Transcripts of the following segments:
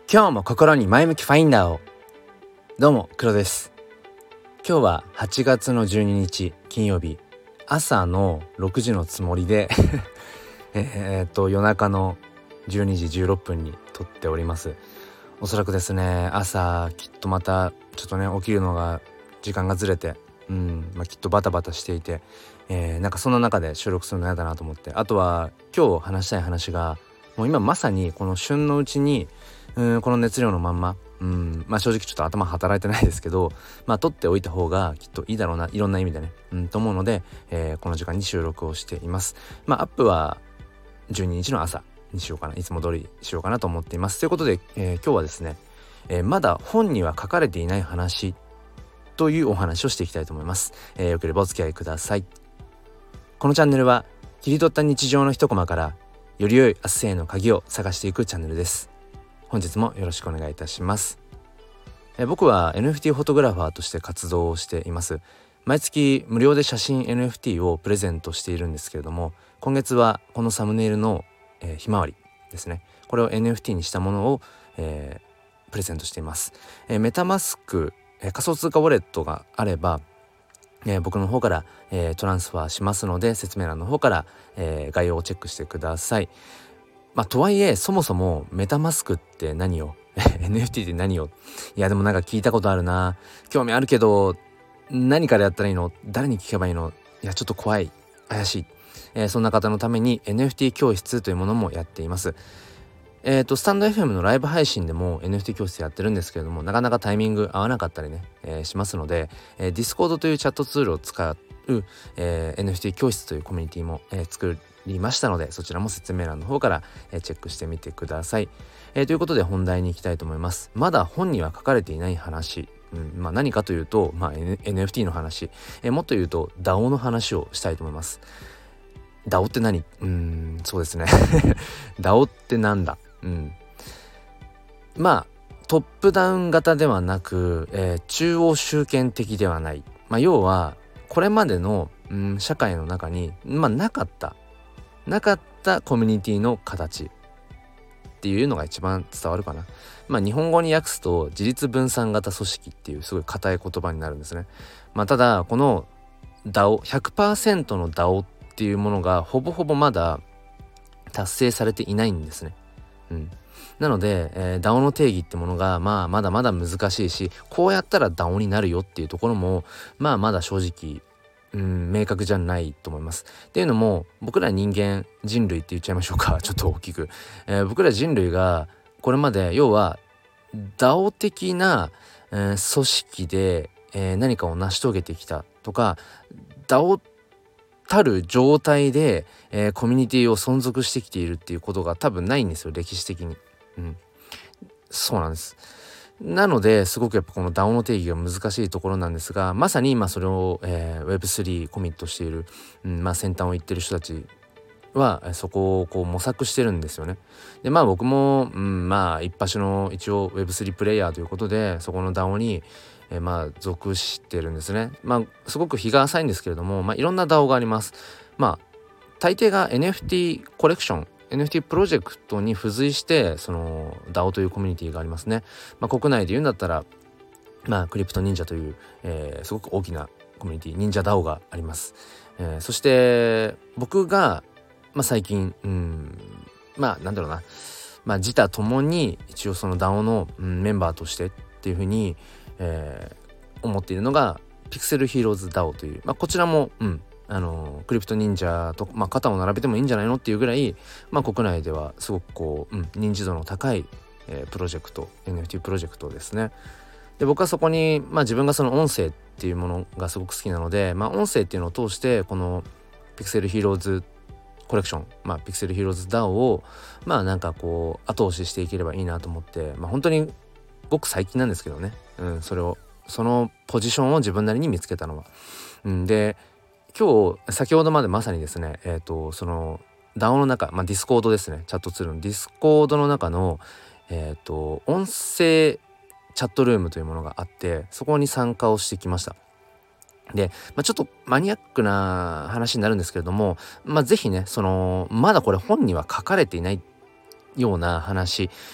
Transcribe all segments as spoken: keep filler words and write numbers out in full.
今日も心に前向きファインダーを。どうも黒です。今日ははちがつのじゅうににち金曜日、朝のろくじのつもりでえっと夜中のじゅうにじじゅうろっぷんに撮っております。おそらくですね、朝きっとまたちょっとね起きるのが時間がずれてうん、まあ、きっとバタバタしていて、えー、なんかそんな中で収録するの嫌だなと思って、あとは今日話したい話がもう今まさにこの旬のうちにうんこの熱量のまんまうんまあ正直ちょっと頭働いてないですけど、まあ撮っておいた方がきっといいだろうな、いろんな意味でねうんと思うので、えー、この時間に収録をしています。まあアップはじゅうににちの朝にしようかな、いつも通りしようかなと思っています。ということで、えー、今日はですね、えー、まだ本には書かれていない話というお話をしていきたいと思います。えー、よければお付き合いください。このチャンネルは切り取った日常の一コマからより良い明日への鍵を探していくチャンネルです。本日もよろしくお願いいたします。えー、僕は エヌエフティー フォトグラファーとして活動をしています。毎月無料で写真 エヌエフティー をプレゼントしているんですけれども、今月はこのサムネイルの、えー、ひまわりですね、これを エヌエフティー にしたものを、えー、プレゼントしています。えー、メタマスク、えー、仮想通貨ウォレットがあれば、えー、僕の方から、えー、トランスファーしますので、説明欄の方から、えー、概要をチェックしてください。まあとはいえそもそもメタマスクって何よエヌエフティー って何よ。いやでもなんか聞いたことあるな、興味あるけど何からやったらいいの、誰に聞けばいいの、いやちょっと怖い、怪しい、えー、そんな方のために エヌエフティー 教室というものもやっています。えーとスタンド エフエム のライブ配信でも エヌエフティー 教室やってるんですけれども、なかなかタイミング合わなかったりね、えー、しますので、えー、Discord というチャットツールを使う、えー、エヌエフティー 教室というコミュニティも、えー、作りましたので、そちらも説明欄の方から、えー、チェックしてみてください。えー、ということで本題に行きたいと思います。まだ本には書かれていない話、うんまあ、何かというと、まあ、N- エヌエフティー の話、えー、もっと言うと ダオ の話をしたいと思います。ダオ って何？うーんそうですねダオ ってなんだ。うんまあトップダウン型ではなく、えー、中央集権的ではない、まあ、要はこれまでの、うん、社会の中に、まあ、なかったなかったコミュニティの形っていうのが一番伝わるかな。まあ日本語に訳すと自立分散型組織っていうすごい硬い言葉になるんですね。まあただこの ダオ、ひゃくパーセント の ダオ っていうものがほぼほぼまだ達成されていないんですね。うん。なので、えー、ダオ の定義ってものがまあまだまだ難しいし、こうやったら ダオ になるよっていうところもまあまだ正直うん明確じゃないと思います。っていうのも僕ら人間人類って言っちゃいましょうかちょっと大きく、えー、僕ら人類がこれまで要は ダオ 的な、えー、組織で、えー、何かを成し遂げてきたとか ダオ たる状態で、えー、コミュニティを存続してきているっていうことが多分ないんですよ、歴史的に。うんそうなんです。なのですごくやっぱこの ダオ の定義が難しいところなんですが、まさに今それを、えー、ウェブスリー コミットしている、うんまあ、先端を行ってる人たちはそこをこう模索してるんですよね。でまあ僕も、うん、まあ一発の一応 ウェブスリー プレイヤーということでそこの ダオ に、えー、まあ属してるんですね。まあすごく日が浅いんですけれども、まあいろんな ダオ があります。まあ大抵が エヌエフティー コレクションエヌエフティー プロジェクトに付随してその ダオ というコミュニティがありますね。まあ、国内で言うんだったら、まあ、クリプト忍者という、えー、すごく大きなコミュニティ忍者 ダオ があります。えー、そして僕が、まあ、最近うんまあなんだろうな、まあ、自他ともに一応その ダオ の、うん、メンバーとしてっていうふうに、えー、思っているのがピクセルヒーローズ ダオ という、まあ、こちらもうんあのクリプト忍者と、まあ、肩を並べてもいいんじゃないのっていうぐらい、まあ、国内ではすごくこう、うん、認知度の高い、えー、プロジェクト エヌエフティー プロジェクトですね。で僕はそこに、まあ、自分がその音声っていうものがすごく好きなので、まあ、音声っていうのを通してこのピクセルヒーローズコレクション、まあ、ピクセルヒーローズ ダオ をまあなんかこう後押ししていければいいなと思って、まあ、本当にごく最近なんですけどね、うん、それをそのポジションを自分なりに見つけたのは、うん、で今日先ほどまでまさにですね、えーとその ダオ の中、まあ、ディスコードですね、チャットツールのディスコードの中の、えーと音声チャットルームというものがあって、そこに参加をしてきました。で、まあ、ちょっとマニアックな話になるんですけれども、まあ、ぜひねそのまだこれ本には書かれていないような話、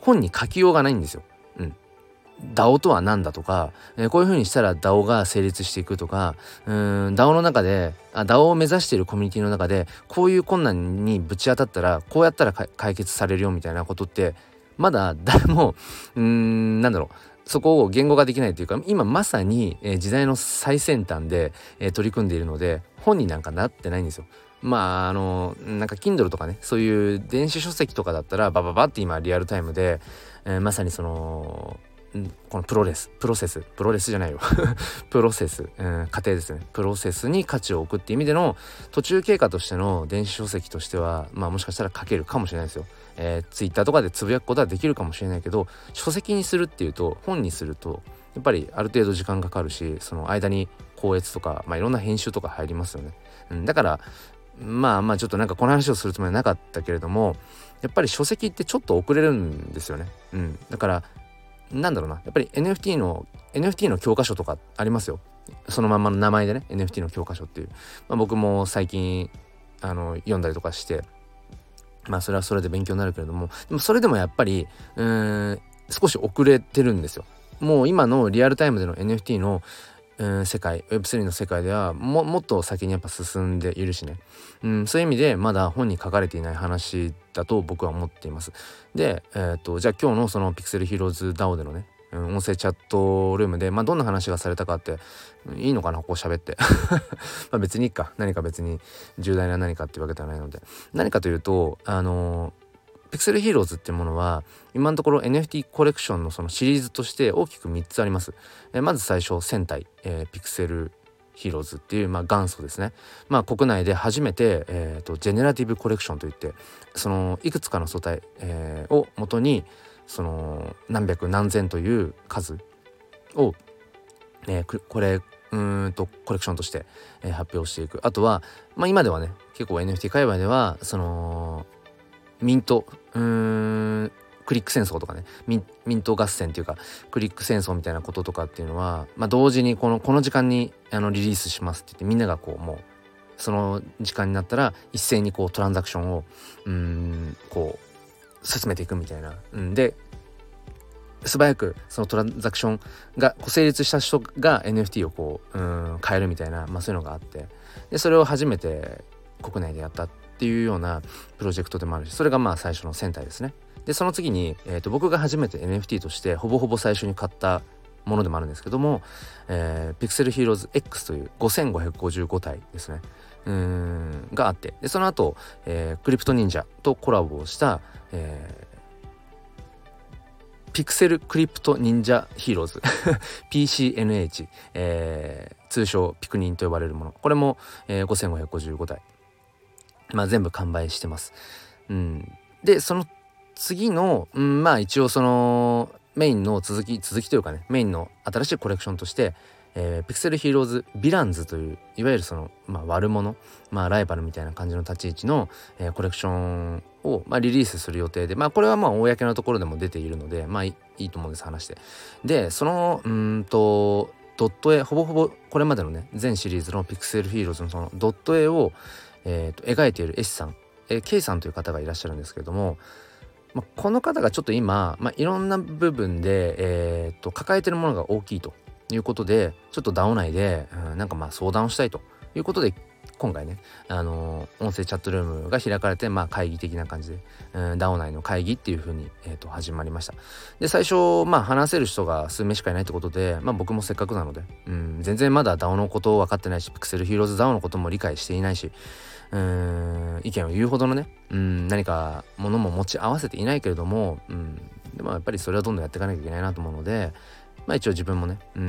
本に書きようがないんですよ。うん。ダオ とは何だとか、えー、こういう風にしたら ダオ が成立していくとか、うーん ダオ の中であ ダオ を目指しているコミュニティの中でこういう困難にぶち当たったらこうやったら解決されるよみたいなことってまだ誰もうーんなんだろうそこを言語化できないというか、今まさに、えー、時代の最先端で、えー、取り組んでいるので本になんかなってないんですよ。まああのなんか Kindle とかね、そういう電子書籍とかだったらバババって今リアルタイムで、えー、まさにそのこのプロレスプロセスプロレスじゃないよプロセス、うん、過程ですね。プロセスに価値を置くっていう意味での途中経過としての電子書籍としては、まあもしかしたら書けるかもしれないですよ。えー、ツイッターとかでつぶやくことはできるかもしれないけど、書籍にするっていうと、本にするとやっぱりある程度時間かかるし、その間に校閲とか、まあ、いろんな編集とか入りますよね。うん、だからまあまあちょっとなんかこの話をするつもりはなかったけれども、やっぱり書籍ってちょっと遅れるんですよね。うん、だからなんだろうな、やっぱり エヌエフティー の エヌエフティー の教科書とかありますよ。そのまんまの名前でね エヌエフティー の教科書っていう、まあ、僕も最近あの読んだりとかして、まあそれはそれで勉強になるけれども、でもそれでもやっぱりうーん少し遅れてるんですよ。もう今のリアルタイムでの エヌエフティー のうん世界 ウェブスリー の世界ではももっと先にやっぱ進んでいるしね、うん、そういう意味でまだ本に書かれていない話だと僕は思っています。で、えー、とじゃあ今日のそのピクセルヒーローズ ダオ でのね、うん、音声チャットルームで、まあ、どんな話がされたかって、うん、いいのかなこう喋ってまあ別にいいか、何か別に重大な何かっていうわけではないので、何かというとあのーピクセルヒーローズっていうものは今のところ エヌエフティー コレクションのそのシリーズとして大きくみっつあります。えー、まず最初せんたい、えー、ピクセルヒーローズっていう、まあ、元祖ですね。まあ国内で初めて、えー、とジェネラティブコレクションといって、そのいくつかの素体、えー、を元にその何百何千という数を、えー、これうーんとコレクションとして、えー、発表していく。あとは、まあ、今ではね結構 エヌエフティー 界隈ではそのミントうーんクリック戦争とかね、ミン、ミント合戦っていうかクリック戦争みたいなこととかっていうのは、まあ、同時にこのこの時間にあのリリースしますって言ってみんながこうもうその時間になったら一斉にこうトランザクションをうーんこう進めていくみたいな、うん、で素早くそのトランザクションがこう成立した人が エヌエフティー をこう、うーん変えるみたいな、まあ、そういうのがあって、でそれを初めて国内でやったっていうようなプロジェクトでもあるし、それがまあ最初のせんたいですね。でその次に、えー、と僕が初めて エヌエフティー としてほぼほぼ最初に買ったものでもあるんですけども、えー、ピクセルヒーローズ X というごせんごひゃくごじゅうごたいですね、うーんがあって、でその後、えー、クリプト忍者とコラボをした、えー、ピクセルクリプト忍者ヒーローズピーシーエヌエイチ、えー、通称ピクニンと呼ばれるもの、これも、えー、ごせんごひゃくごじゅうごたい、まあ、全部完売してます。うん、でその次の、うん、まあ一応そのメインの続き続きというかね、メインの新しいコレクションとして、えー、ピクセルヒーローズヴィランズといういわゆるその、まあ、悪者、まあ、ライバルみたいな感じの立ち位置の、えー、コレクションを、まあ、リリースする予定で、まあこれはまあ公のところでも出ているので、まあいい、いいと思うんです話して。でそのうーんとドット絵、ほぼほぼこれまでのね全シリーズのピクセルヒーローズのそのドット絵を、えー、と描いている絵師さん、えー、K さんという方がいらっしゃるんですけれども、まあ、この方がちょっと今、まあ、いろんな部分で、えー、と抱えてるものが大きいということで、ちょっとダオ内で、うん、なんかまあ相談をしたいということで今回ね、あのー、音声チャットルームが開かれて、まあ会議的な感じで、うん、ダオ内の会議っていう風に、えー、と始まりました。で最初まあ話せる人が数名しかいないってことで、まあ僕もせっかくなので、うん、全然まだダオのことを分かってないし、ピクセルヒーローズダオのことも理解していないし、うーん意見を言うほどのね、うん、何かものも持ち合わせていないけれども、うん、でもやっぱりそれはどんどんやっていかなきゃいけないなと思うので、まあ一応自分もね、うん、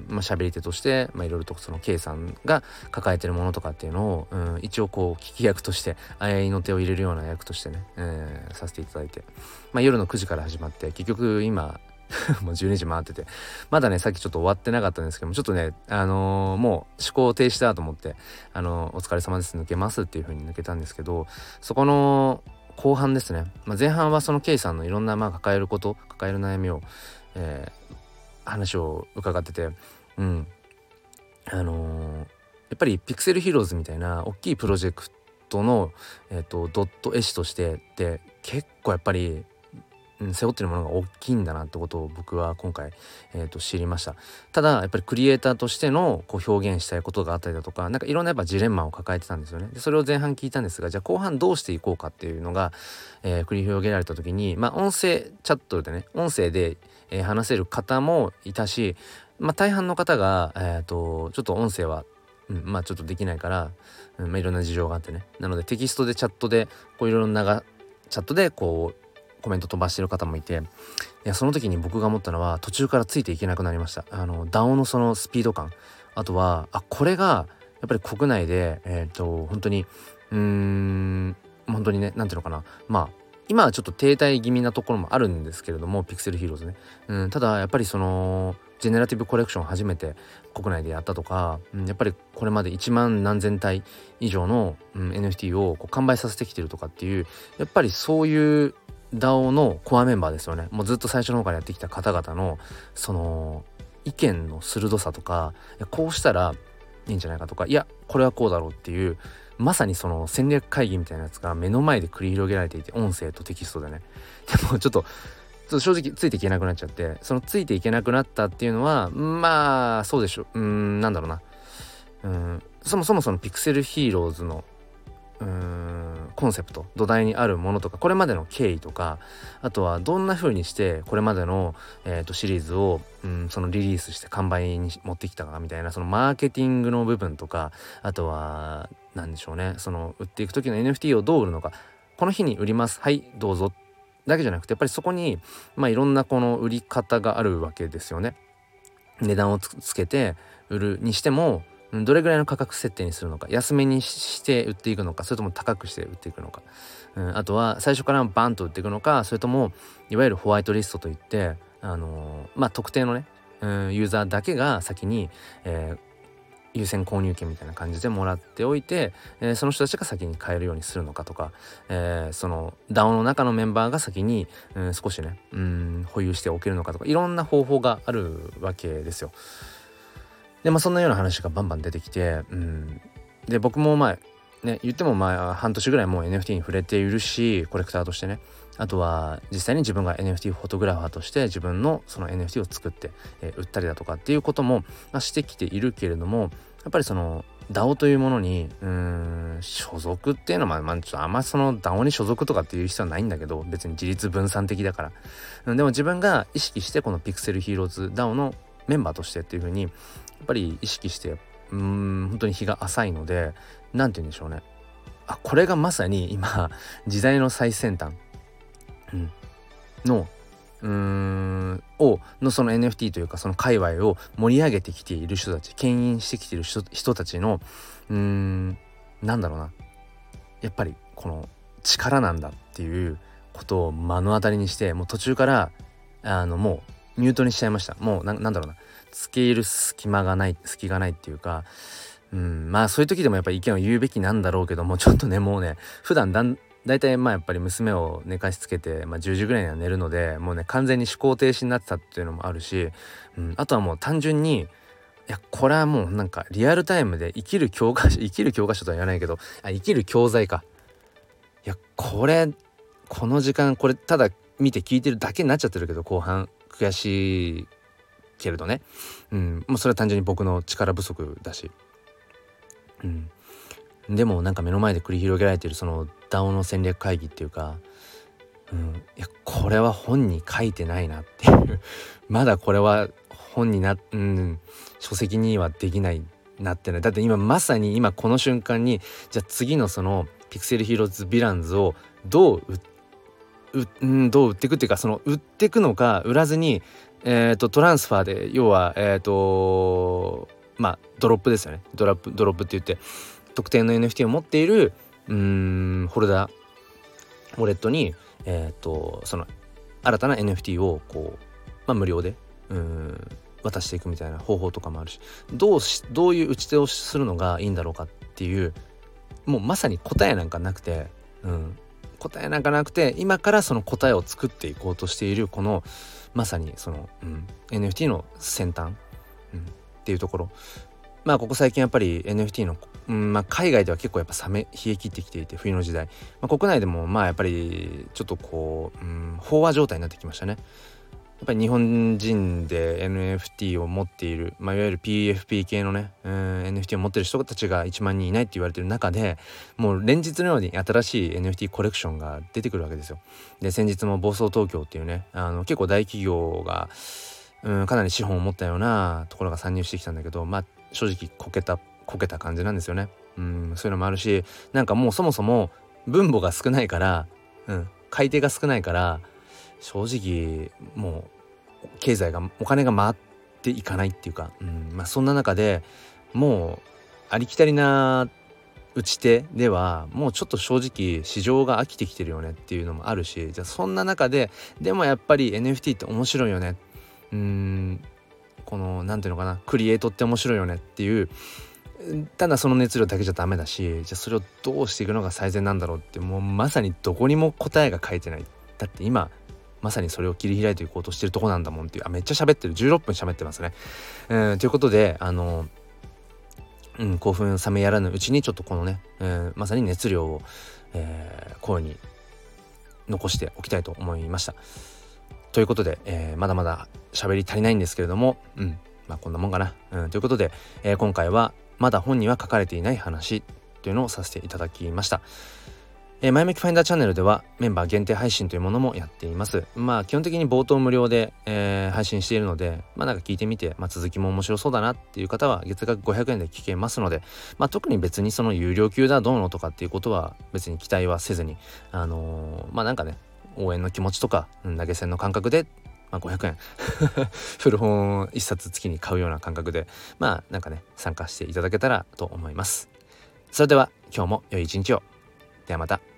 まあ喋り手として、まあいろいろとその K さんが抱えてるものとかっていうのを、うん、一応こう聞き役として、あやいの手を入れるような役としてね、えー、させていただいて、まあ夜のくじから始まって、結局今、もうじゅうにじ回ってて、まだねさっきちょっと終わってなかったんですけども、ちょっとねあのー、もう思考停止だと思って、あのー、お疲れ様です抜けますっていう風に抜けたんですけど、そこの後半ですね、まあ、前半はその K さんのいろんなまあ抱えること抱える悩みを、えー、話を伺ってて、うんあのー、やっぱりピクセルヒーローズみたいな大きいプロジェクトの、えーと、ドット絵師としてって結構やっぱりうん、背負ってるものが大きいんだなってことを僕は今回、えー、と知りました。ただやっぱりクリエイターとしてのこう表現したいことがあったりだとか、なんかいろんなやっぱジレンマを抱えてたんですよね。でそれを前半聞いたんですが、じゃあ後半どうしていこうかっていうのが、えー、繰り広げられた時に、まあ音声チャットでね、音声で、えー話せる方もいたし、まあ大半の方が、えー、とちょっと音声はうん、まあちょっとできないから、うんまあ、いろんな事情があってね、なのでテキストでチャットでこういろんながチャットでこうコメント飛ばしてる方もいて、いやその時に僕が思ったのは、途中からついていけなくなりました。あの ダオ のそのスピード感、あとはあこれがやっぱり国内でえっ、ー、と本当にうーん本当にね、なんていうのかな、まあ今はちょっと停滞気味なところもあるんですけれども、ピクセルヒーローズね、うん、ただやっぱりそのジェネラティブコレクション初めて国内でやったとか、うん、やっぱりこれまでいちまん何千体以上の、うん、エヌエフティー をこう完売させてきてるとかっていう、やっぱりそういう ダオ のコアメンバーですよね。もうずっと最初の方からやってきた方々のその意見の鋭さとか、こうしたらいいんじゃないかとか、いやこれはこうだろうっていう、まさにその戦略会議みたいなやつが目の前で繰り広げられていて、音声とテキストでね。でもちょっとちょっと正直ついていけなくなっちゃって、そのついていけなくなったっていうのは、まあそうでしょう、うーんなんだろうな、うーんそもそもそのピクセルヒーローズのうーんコンセプト、土台にあるものとか、これまでの経緯とか、あとはどんな風にしてこれまでの、えー、とシリーズを、うん、そのリリースして完売に持ってきたかみたいな、そのマーケティングの部分とか、あとはなんでしょうね、その売っていく時の エヌエフティー をどう売るのか、この日に売ります、はいどうぞだけじゃなくて、やっぱりそこにまあいろんなこの売り方があるわけですよね。値段を つ, つけて売るにしても、どれぐらいの価格設定にするのか、安めにして売っていくのか、それとも高くして売っていくのか、うん、あとは最初からバンと売っていくのか、それともいわゆるホワイトリストといって、あのー、まあ特定のね、うん、ユーザーだけが先に、えー優先購入権みたいな感じでもらっておいて、えー、その人たちが先に買えるようにするのかとか、えー、その ダオ の中のメンバーが先に、うん、少しね、うん、保有しておけるのかとか、いろんな方法があるわけですよ。でまあそんなような話がバンバン出てきて、うん、で僕もまあね言ってもまあ半年ぐらいもう エヌエフティー に触れているし、コレクターとしてね、あとは実際に自分が エヌエフティー フォトグラファーとして自分のその エヌエフティー を作って、えー、売ったりだとかっていうことも、まあ、してきているけれども、やっぱりその ダオ というものにうーん所属っていうのは、まあ、ちょっとあんまその ダオ に所属とかっていう必要はないんだけど、別に自立分散的だから、うん、でも自分が意識してこのピクセルヒーローズ ダオ のメンバーとしてっていう風にやっぱり意識して、うーん本当に日が浅いので、なんて言うんでしょうね、あこれがまさに今時代の最先端、うん、のうーんをのその エヌエフティー というか、その界隈を盛り上げてきている人たち、牽引してきている 人, 人たちのうーんなんだろうな、やっぱりこの力なんだっていうことを目の当たりにして、もう途中からあのもうミュートにしちゃいました。もう な, なんだろうな付け入る隙間がない隙がないっていうか、うんまあそういう時でもやっぱり意見を言うべきなんだろうけども、ちょっとねもうね普段だんだいたいまあやっぱり娘を寝かしつけて、まあ、じゅうじぐらいには寝るので、もうね完全に思考停止になってたっていうのもあるし、うん、あとはもう単純にいやこれはもうなんかリアルタイムで生きる教科書生きる教科書とは言わないけど、あ生きる教材か、いやこれこの時間これただ見て聞いてるだけになっちゃってるけど、後半悔しいけれどね、うんもうそれは単純に僕の力不足だし、うんでもなんか目の前で繰り広げられているその ダオ の戦略会議っていうか、うん、いやこれは本に書いてないなっていうまだこれは本にな、うん、書籍にはできないなってない。だって今まさに今この瞬間に、じゃあ次のそのピクセルヒーローズヴィランズをどうう、うん、どう売っていくっていうか、その売っていくのか売らずに、えーとトランスファーで、要はえーとまあドロップですよね。ドロップドロップって言って特定の エヌエフティー を持っているうーんホルダーウォレットに、えー、とその新たな エヌエフティー をこう、まあ、無料でうーん渡していくみたいな方法とかもあるし、どうしどういう打ち手をするのがいいんだろうかっていう、もうまさに答えなんかなくて、うん、答えなんかなくて今からその答えを作っていこうとしているこのまさにその、うん、エヌエフティー の先端、うん、っていうところまあここ最近やっぱり エヌエフティー の、うんまあ、海外では結構やっぱ冷め冷え切ってきていて、冬の時代、まあ、国内でもまあやっぱりちょっとこう、うん、飽和状態になってきましたね。やっぱり日本人で エヌエフティー を持っている、まあ、いわゆる ピーエフピー 系のね、うん、エヌエフティー を持っている人たちがいちまんにんいないって言われてる中で、もう連日のように新しい エヌエフティー コレクションが出てくるわけですよ。で先日も暴走東京っていうね、あの結構大企業が、うん、かなり資本を持ったようなところが参入してきたんだけど、まあ正直こけたこけた感じなんですよね。うん、そういうのもあるし、なんかもうそもそも分母が少ないから、うん、買い手が少ないから、正直もう経済がお金が回っていかないっていうか、うんまあ、そんな中でもうありきたりな打ち手ではもうちょっと正直市場が飽きてきてるよねっていうのもあるし、じゃあそんな中ででもやっぱり エヌエフティー って面白いよね、うーんこのなんていうのかな、クリエイトって面白いよねっていう、ただその熱量だけじゃダメだし、じゃあそれをどうしていくのが最善なんだろうって、もうまさにどこにも答えが書いてない。だって今まさにそれを切り開いていこうとしてるとこなんだもんっていう。あ、めっちゃ喋ってる。じゅうろっぷん喋ってますね。うんということで、あのうん、興奮冷めやらぬうちにちょっとこのね、えー、まさに熱量を、えー、声に残しておきたいと思いました。ということで、えー、まだまだ喋り足りないんですけれども、うんまあこんなもんかな、うん、ということで、えー、今回はまだ本には書かれていない話というのをさせていただきました。えー、前向きファインダーチャンネルではメンバー限定配信というものもやっています。まあ基本的に冒頭無料で、えー、配信しているので、まあなんか聞いてみて、まあ、続きも面白そうだなっていう方は月額ごひゃくえんで聞けますので、まあ特に別にその有料級だどうのとかっていうことは別に期待はせずに、あのー、まあなんかね、応援の気持ちとか、うん、投げ銭の感覚で、まあ、ごひゃくえん古本一冊月に買うような感覚で、まあなんかね参加していただけたらと思います。それでは今日も良い一日を。ではまた。